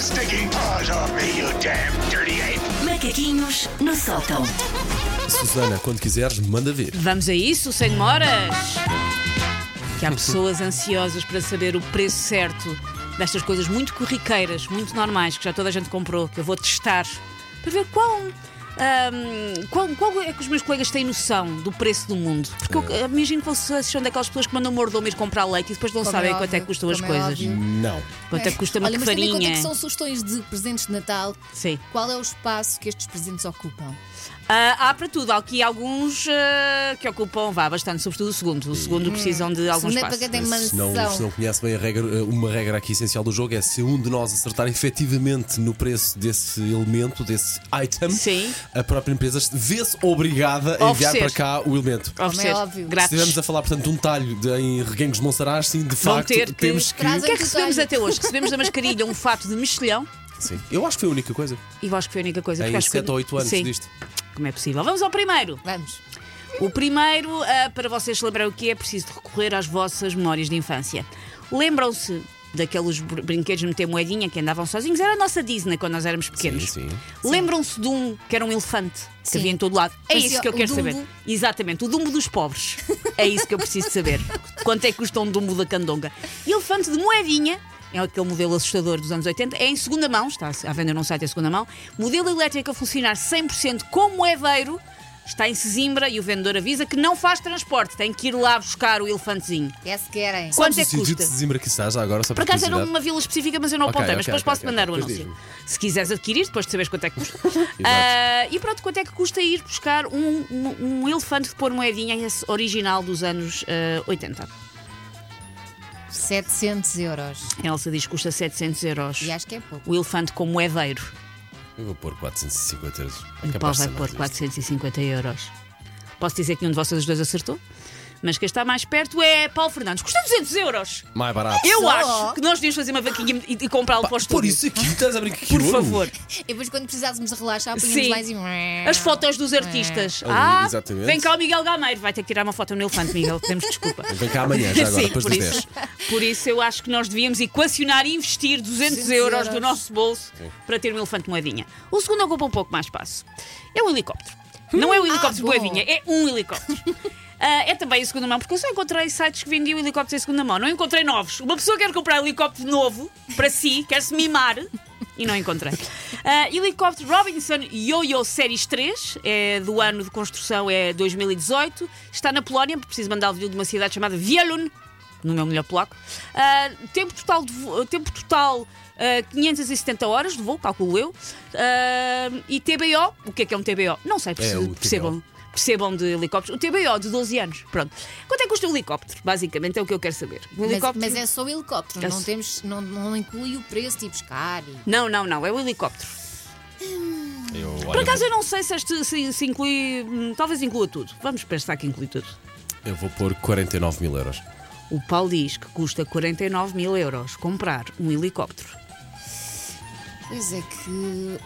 stinking paws off me, you damn dirty ape! Macaquinhos no sótão. Susana, quando quiseres, manda vir. Vamos a isso, sem demoras. Que há pessoas ansiosas para saber o preço certo destas coisas muito corriqueiras, muito normais, que já toda a gente comprou, que eu vou testar, para ver qual é que os meus colegas têm noção do preço do mundo. Porque eu imagino que vocês são daquelas pessoas que mandam mordomo ir comprar leite e depois não sabem quanto é que custam as coisas. Óbvio. Não. Quanto é que custa uma Olha, mas tendo em conta farinha. que são sugestões de presentes de Natal, Sim. qual é o espaço que estes presentes ocupam? Há para tudo. Há aqui alguns que ocupam bastante, sobretudo o segundo. O segundo precisam de algum Segundo é espaço. para quem tem Se não mansão. conhece bem a regra, uma regra aqui essencial do jogo é se um de nós acertar efetivamente no preço desse elemento, desse item, Sim. a própria empresa vê-se obrigada a enviar Oferecer. para cá o elemento. Oferecer. óbvio. Se Grátis. estivermos a falar, portanto, de um talho em Reguengos de Monsaraz, sim, de Vão facto, ter que- temos que. Trazem- O que é que recebemos até hoje? Recebemos da mascarilha um fato de mexilhão. Sim. Eu acho que foi a única coisa. E eu acho que foi a única coisa. Em porque acho que 7 ou 8 anos Sim. disto. Como é possível? Vamos ao primeiro. Vamos. O primeiro, para vocês se lembrarem o que é preciso de recorrer às vossas memórias de infância. Lembram-se daqueles brinquedos de meter moedinha que andavam sozinhos? Era a nossa Disney quando nós éramos pequenos. Sim. Lembram-se de um que era um elefante que Sim. havia em todo lado? É Parecia isso que eu o quero Dumbo. saber. Exatamente, o Dumbo dos pobres. É isso que eu preciso de saber. Quanto é que custa um Dumbo da Candonga? Elefante de moedinha. É aquele modelo assustador dos anos 80. É em segunda mão, está à venda num site em segunda mão. Modelo elétrico a funcionar 100% com moedeiro. Está em Sesimbra e o vendedor avisa que não faz transporte. Tem que ir lá buscar o elefantezinho. É se querem. Quanto Sabes é o que sítio de custa? Sesimbra que está já agora, só Por acaso era curiosidade? uma vila específica, mas eu não Ok, apontei. Mas ok, depois ok, posso ok. mandar o Depois anúncio. diz-me. Se quiseres adquirir, depois de saberes quanto é que custa. Exato. E pronto, quanto é que custa ir buscar um elefante de pôr moedinha esse original dos anos 80? 700 euros. A Elsa diz que custa 700 euros. E acho que é pouco. O elefante com moedeiro. Eu vou pôr 450 euros. É O capaz Paulo de vai ser pôr mais isto. 450 euros. Posso dizer que nenhum de vocês dois acertou? Mas quem está mais perto é Paulo Fernandes. Custa 200 euros! Mais barato. Eu Só? acho que nós devíamos fazer uma vaquinha e comprá-lo para o Por estúdio. isso aqui estás a brincar. Por favor. E depois, quando precisássemos relaxar, punhamos Sim. mais e. As fotos dos artistas. Exatamente. Vem cá o Miguel Gameiro. Vai ter que tirar uma foto no elefante, Miguel. Pedimos desculpa. Vem cá amanhã, já agora, Sim, depois por das isso, 10. por isso eu acho que nós devíamos equacionar e investir 200 euros do nosso bolso para ter um elefante moedinha. O segundo ocupa um pouco mais espaço. É um helicóptero. Não é um helicóptero de bom. moedinha, é um helicóptero. É também em segunda mão, porque eu só encontrei sites que vendiam helicópteros em segunda mão. Não encontrei novos. Uma pessoa quer comprar helicóptero novo para si, quer-se mimar. E não encontrei. Helicóptero Robinson Yo-Yo Series 3, é do ano de construção, é 2018. Está na Polónia, preciso mandar o vídeo de uma cidade chamada Wielun, no meu melhor polaco. Tempo total 570 horas de voo, calculo eu. E TBO, o que é um TBO? Não sei, o percebam de helicópteros. O TBO de 12 anos. Pronto. Quanto é que custa o helicóptero? Basicamente é o que eu quero saber. O helicóptero... Mas é só o helicóptero, É não, só- temos, não inclui o preço de ir buscar. Não, é o helicóptero. Por acaso eu não sei se inclui. Talvez inclua tudo. Vamos pensar que inclui tudo. Eu vou pôr 49 mil euros. O Paulo diz que custa 49 mil euros comprar um helicóptero. Pois é que.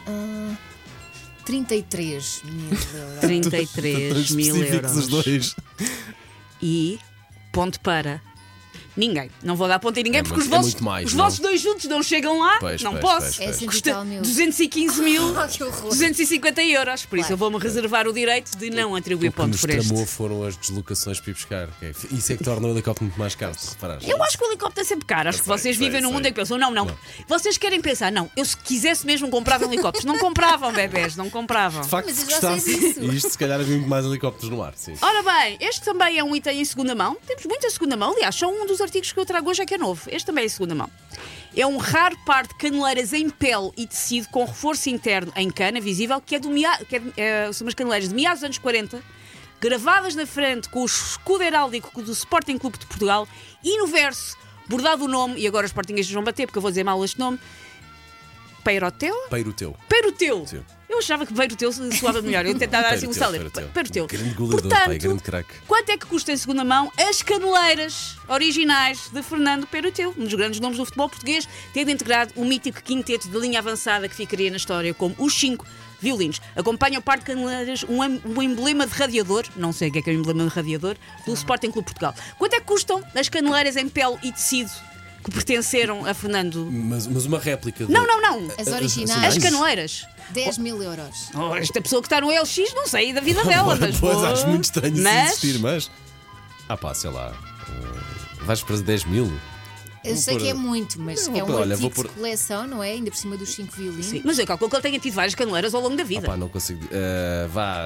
33 mil euros. 33 mil Específicos os euros. dois. E ponto para ninguém. Não vou dar ponto a ninguém É, porque mas os é vossos, muito mais, os não? vossos dois juntos não chegam lá. Pois, não pois, posso. pois, É pois. 100 e Custa tal mil. 215 mil. Que horror. 250 euros. Por isso Claro. eu vou-me reservar o direito de não atribuir O que ponto nos por este. tramou foram as deslocações para ir buscar. Isso é que torna o helicóptero muito mais caro, se reparares. Eu acho que o helicóptero é sempre caro. Acho que sei, vocês sei, vivem num sei. mundo em que pensam, não. Vocês querem pensar, não, eu se quisesse mesmo comprava um helicóptero. Não compravam, bebés, não compravam. De facto, Mas se eu já sei gostasse, disso. isto se calhar havia muito mais helicópteros no ar. Sim. Ora bem, este também é um item em segunda mão. Temos muita segunda mão. Aliás, só um dos artigos que eu trago hoje é que é novo. Este também é em segunda mão. É um raro par de caneleiras em pele e tecido com reforço interno em cana visível, que são umas caneleiras de meados dos anos 40, gravadas na frente com o escudo heráldico do Sporting Clube de Portugal e no verso, bordado o nome, e agora os sportinguistas vão bater porque eu vou dizer mal este nome, Peiroteu? Peiroteu. Peiroteu. Sim. Eu achava que Beiruteu soava melhor. Eu tentava dar assim um Peiroteu, salve. Peiroteu. Peiroteu. Grande goleador, Portanto, pai, grande craque. quanto é que custa em segunda mão as caneleiras originais de Fernando Peiroteu, um dos grandes nomes do futebol português, tendo integrado o mítico quinteto de linha avançada que ficaria na história como os 5 violinos. Acompanha o par de caneleiras um emblema de radiador, não sei o que é um emblema de radiador, do Sporting Clube Portugal. Quanto é que custam as caneleiras em pele e tecido que pertenceram a Fernando. Mas uma réplica. Não. As originais. As caneleiras. 10 mil euros. Oh, esta pessoa que está no LX, não sei da vida dela, mas. Pois, acho muito estranho isso Mas- existir, mas. Ah, pá, sei lá. Vais para 10 mil? Eu sei que é muito, mas Eu vou é um pôr- olha, artigo vou pôr- de coleção, não é? Ainda por cima dos 5 violinos. Sim, mas eu calculo que ele tenha tido várias caneleiras ao longo da vida. Pá, não consigo. Vá,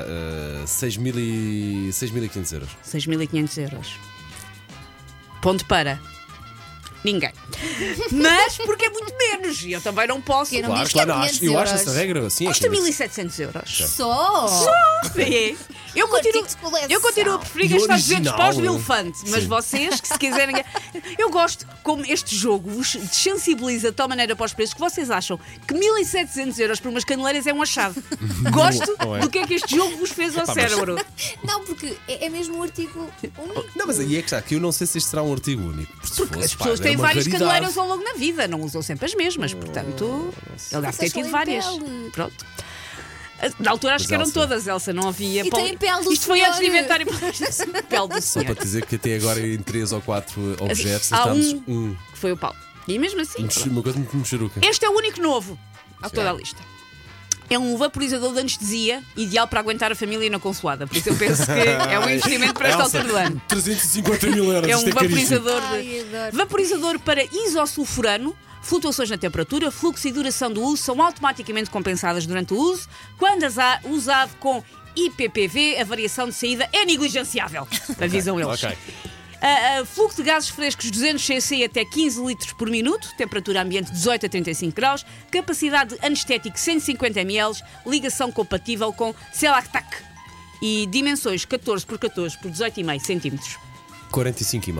6.500 euros. 6.500 euros. Ponto para. Ninguém. Mas porque é muito menos. E eu também não posso. Que não Claro, diz claro, que é não, 500 eu acho euros. essa regra assim. Custa 1.700 euros. Só? É. Eu continuo, artigo de coleção. eu continuo a preferir E gastar original, 200 paus no né? elefante. Mas Sim. vocês, que se quiserem. Eu gosto como este jogo vos desensibiliza de tal maneira para os preços que vocês acham que 1.700 euros por umas caneleiras é um achado. Gosto Não é. do que é que este jogo vos fez ao mas- cérebro. Não, porque é mesmo um artigo único. Não, mas aí é que está, que eu não sei se este será um artigo único. Porque se Porque fosse, as pá, pessoas era têm uma várias raridade. caneleiras ao longo da vida, não usam sempre as mesmas, portanto, ele deve ter Mas são tido em várias. pele. Pronto. Na altura acho Mas, que eram Elsa- todas, Elsa, não havia. E tem pele do Isto foi antes de senhor. inventarem pele do Só senhor. para te dizer que até agora em 3 ou 4 objetos Há estamos que foi o Paulo. E mesmo assim, pronto. uma coisa muito mexeruca. Este é o único novo a toda a lista. É um vaporizador de anestesia, ideal para aguentar a família na consoada. Por isso eu penso que é um investimento para esta Elsa, altura do ano. 350 mil euros. É um isto caríssimo. vaporizador Ai, de. adoro. Vaporizador para isosulfurano. Flutuações na temperatura, fluxo e duração do uso são automaticamente compensadas durante o uso. Quando usado com IPPV, a variação de saída é negligenciável. Avisam eles. Ok. Fluxo de gases frescos 200 cc até 15 litros por minuto, temperatura ambiente 18 a 35 graus, capacidade anestética 150 ml, ligação compatível com Celactac e dimensões 14 por 14 por 18,5 centímetros. 45,5.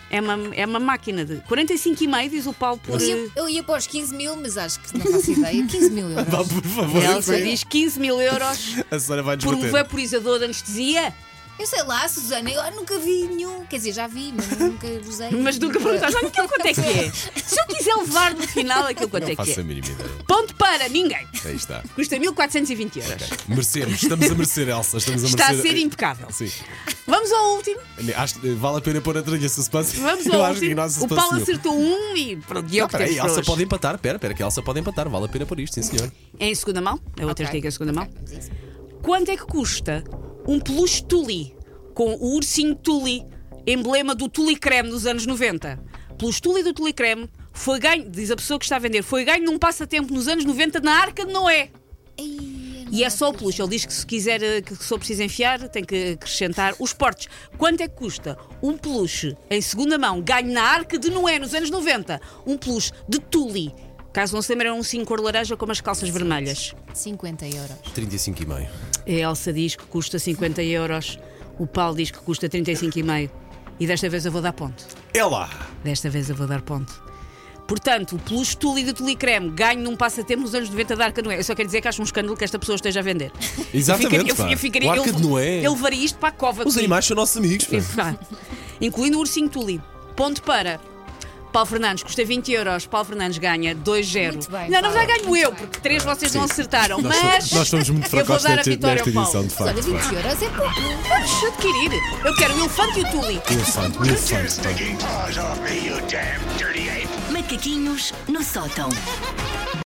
É uma máquina de 45,5, diz o Paulo por. Eu ia para os 15 mil, mas acho que não faço ideia. 15 mil euros. Vá, por favor. A Elsa diz 15 mil euros A senhora vai por um desbater. vaporizador de anestesia. Eu sei lá, Susana, eu nunca vi nenhum. Quer dizer, já vi, mas nunca usei. Mas nunca perguntaste, olha aquilo quanto é que é. Se eu quiser levar no final aquilo quanto Não é que faço a é. mínima ideia. Ponto para ninguém. Aí está. Custa 1.420 euros. Merecemos. Estamos a merecer, Elsa. Estamos a Está a merecer. ser impecável. Sim. Vamos ao último. Acho que vale a pena pôr a trilha suspense. Vamos Eu ao acho que último. não há O suspense Paulo nenhum. acertou um e pronto. E é o que Espera aí, temos para Elsa hoje. pode empatar. Espera que a Elsa pode empatar. Vale a pena pôr isto, sim senhor. É em segunda mão. A outra Ok. dica é em segunda mão. Ok, vamos a isso. Quanto é que custa um peluche Tuli com o ursinho Tuli, emblema do Tuli Creme dos anos 90? Peluche Tuli do Tuli Creme foi ganho, diz a pessoa que está a vender, foi ganho num passatempo nos anos 90 na Arca de Noé. Ei, E é só o peluche. Ele diz que se quiser, que se for preciso enfiar, tem que acrescentar os portes. Quanto é que custa um peluche em segunda mão, ganho na Arca de Noé nos anos 90? Um peluche de Tuli. Caso não se lembrem, era um cinho cor laranja com umas calças vermelhas. 50 euros. 35,5. A Elsa diz que custa 50 euros. O Paulo diz que custa 35,5. E desta vez eu vou dar ponto. É lá. Desta vez eu vou dar ponto. Portanto, o peluche Tuli do Tuli Creme ganho num passatempo nos anos 90 da Arca de Noé. Eu só quero dizer que acho um escândalo que esta pessoa esteja a vender. Exatamente, pá. O Arca de Noé. Eu levaria isto para a cova. Os comigo. animais são nossos amigos. pá. Incluindo o ursinho Tuli. Ponto para Paulo Fernandes, custa 20 euros. Paulo Fernandes ganha 2-0. Muito bem, Não, na Paulo. verdade ganho eu, Muito bem. porque 3 vocês não acertaram. Nós Mas somos- nós somos muito eu vou fracos dar a nesta vitória ao edição, Paulo. de Mas olha, facto. 20 euros é pouco. Vamos adquirir. Eu quero o elefante e o Tuli. Elefante, Your elefante. stinking paws off me, you damn dirty ape! Macaquinhos no sótão.